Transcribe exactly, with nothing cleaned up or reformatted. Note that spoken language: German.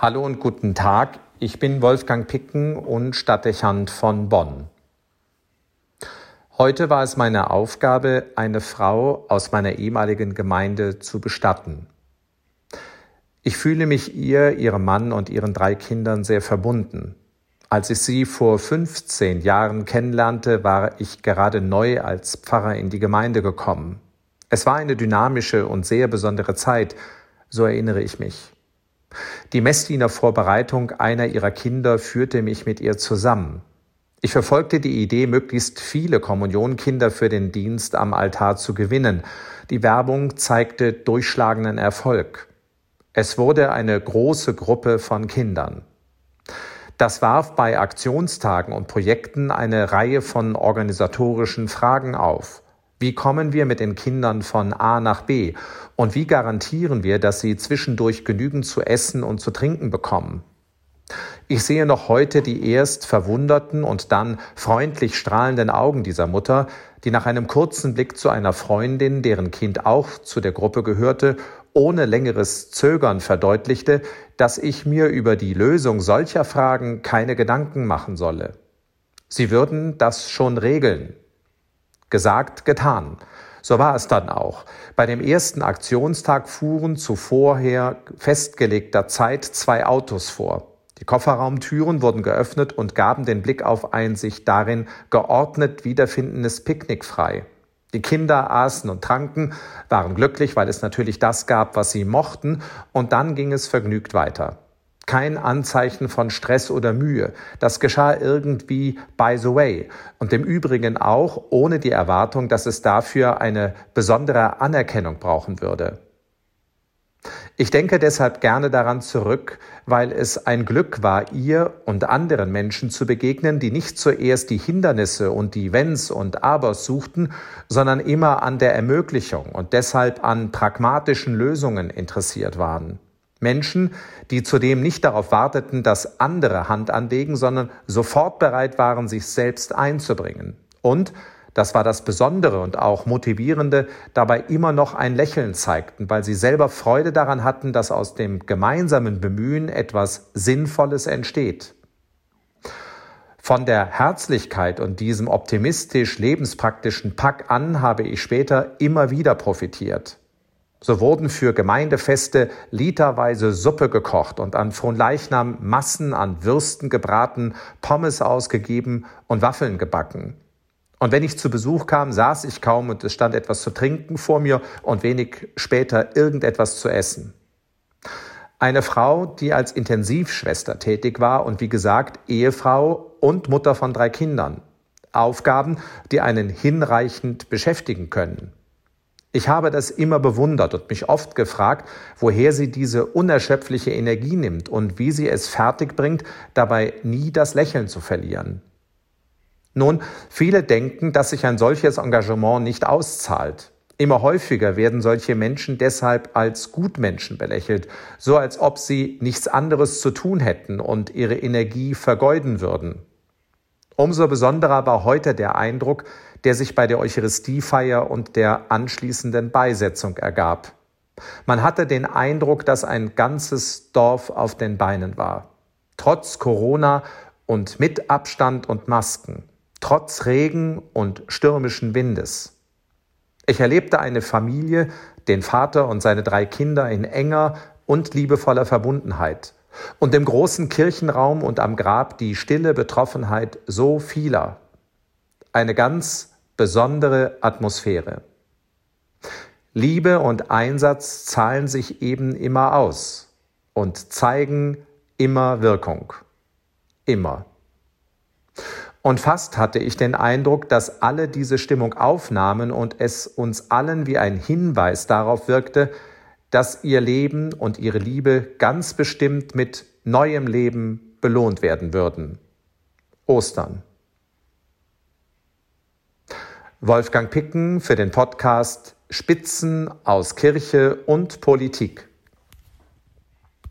Hallo und guten Tag, ich bin Wolfgang Picken und Stadtdechant von Bonn. Heute war es meine Aufgabe, eine Frau aus meiner ehemaligen Gemeinde zu bestatten. Ich fühle mich ihr, ihrem Mann und ihren drei Kindern sehr verbunden. Als ich sie vor fünfzehn Jahren kennenlernte, war ich gerade neu als Pfarrer in die Gemeinde gekommen. Es war eine dynamische und sehr besondere Zeit, so erinnere ich mich. Die Messdiener Vorbereitung einer ihrer Kinder führte mich mit ihr zusammen. Ich verfolgte die Idee, möglichst viele Kommunionkinder für den Dienst am Altar zu gewinnen. Die Werbung zeigte durchschlagenden Erfolg. Es wurde eine große Gruppe von Kindern. Das warf bei Aktionstagen und Projekten eine Reihe von organisatorischen Fragen auf. Wie kommen wir mit den Kindern von A nach B? Und wie garantieren wir, dass sie zwischendurch genügend zu essen und zu trinken bekommen? Ich sehe noch heute die erst verwunderten und dann freundlich strahlenden Augen dieser Mutter, die nach einem kurzen Blick zu einer Freundin, deren Kind auch zu der Gruppe gehörte, ohne längeres Zögern verdeutlichte, dass ich mir über die Lösung solcher Fragen keine Gedanken machen solle. Sie würden das schon regeln. Gesagt, getan. So war es dann auch. Bei dem ersten Aktionstag fuhren zu vorher festgelegter Zeit zwei Autos vor. Die Kofferraumtüren wurden geöffnet und gaben den Blick auf ein sich darin geordnet wiederfindendes Picknick frei. Die Kinder aßen und tranken, waren glücklich, weil es natürlich das gab, was sie mochten, und dann ging es vergnügt weiter. Kein Anzeichen von Stress oder Mühe. Das geschah irgendwie by the way und im Übrigen auch ohne die Erwartung, dass es dafür eine besondere Anerkennung brauchen würde. Ich denke deshalb gerne daran zurück, weil es ein Glück war, ihr und anderen Menschen zu begegnen, die nicht zuerst die Hindernisse und die Wenns und Abers suchten, sondern immer an der Ermöglichung und deshalb an pragmatischen Lösungen interessiert waren. Menschen, die zudem nicht darauf warteten, dass andere Hand anlegen, sondern sofort bereit waren, sich selbst einzubringen. Und, das war das Besondere und auch Motivierende, dabei immer noch ein Lächeln zeigten, weil sie selber Freude daran hatten, dass aus dem gemeinsamen Bemühen etwas Sinnvolles entsteht. Von der Herzlichkeit und diesem optimistisch lebenspraktischen Pack an habe ich später immer wieder profitiert. So wurden für Gemeindefeste literweise Suppe gekocht und an Fronleichnam Massen an Würsten gebraten, Pommes ausgegeben und Waffeln gebacken. Und wenn ich zu Besuch kam, saß ich kaum und es stand etwas zu trinken vor mir und wenig später irgendetwas zu essen. Eine Frau, die als Intensivschwester tätig war und wie gesagt Ehefrau und Mutter von drei Kindern. Aufgaben, die einen hinreichend beschäftigen können. Ich habe das immer bewundert und mich oft gefragt, woher sie diese unerschöpfliche Energie nimmt und wie sie es fertigbringt, dabei nie das Lächeln zu verlieren. Nun, viele denken, dass sich ein solches Engagement nicht auszahlt. Immer häufiger werden solche Menschen deshalb als Gutmenschen belächelt, so als ob sie nichts anderes zu tun hätten und ihre Energie vergeuden würden. Umso besonderer war heute der Eindruck, der sich bei der Eucharistiefeier und der anschließenden Beisetzung ergab. Man hatte den Eindruck, dass ein ganzes Dorf auf den Beinen war. Trotz Corona und mit Abstand und Masken. Trotz Regen und stürmischen Windes. Ich erlebte eine Familie, den Vater und seine drei Kinder in enger und liebevoller Verbundenheit. Und im großen Kirchenraum und am Grab die stille Betroffenheit so vieler. Eine ganz besondere Atmosphäre. Liebe und Einsatz zahlen sich eben immer aus und zeigen immer Wirkung. Immer. Und fast hatte ich den Eindruck, dass alle diese Stimmung aufnahmen und es uns allen wie ein Hinweis darauf wirkte, dass ihr Leben und ihre Liebe ganz bestimmt mit neuem Leben belohnt werden würden. Ostern. Wolfgang Picken für den Podcast Spitzen aus Kirche und Politik.